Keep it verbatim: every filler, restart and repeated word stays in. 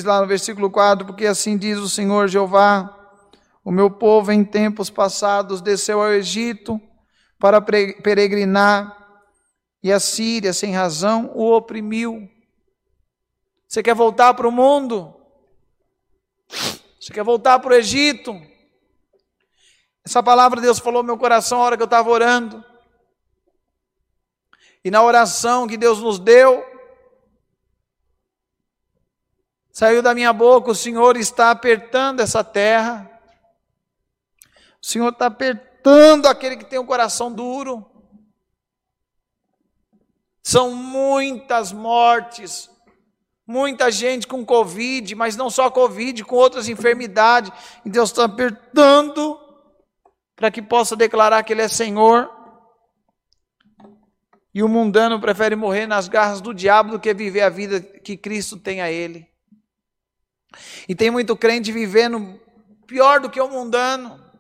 diz lá no versículo quatro, porque assim diz o Senhor Jeová, o meu povo em tempos passados desceu ao Egito para peregrinar, e a Síria, sem razão, o oprimiu. Você quer voltar para o mundo? Você quer voltar para o Egito? Essa palavra Deus falou no meu coração na hora que eu estava orando. E na oração que Deus nos deu, saiu da minha boca: o Senhor está apertando essa terra. O Senhor está apertando aquele que tem o coração duro. São muitas mortes, muita gente com Covid, mas não só Covid, com outras enfermidades. E Deus está apertando para que possa declarar que Ele é Senhor. E o mundano prefere morrer nas garras do diabo do que viver a vida que Cristo tem a ele. E tem muito crente vivendo pior do que o mundano.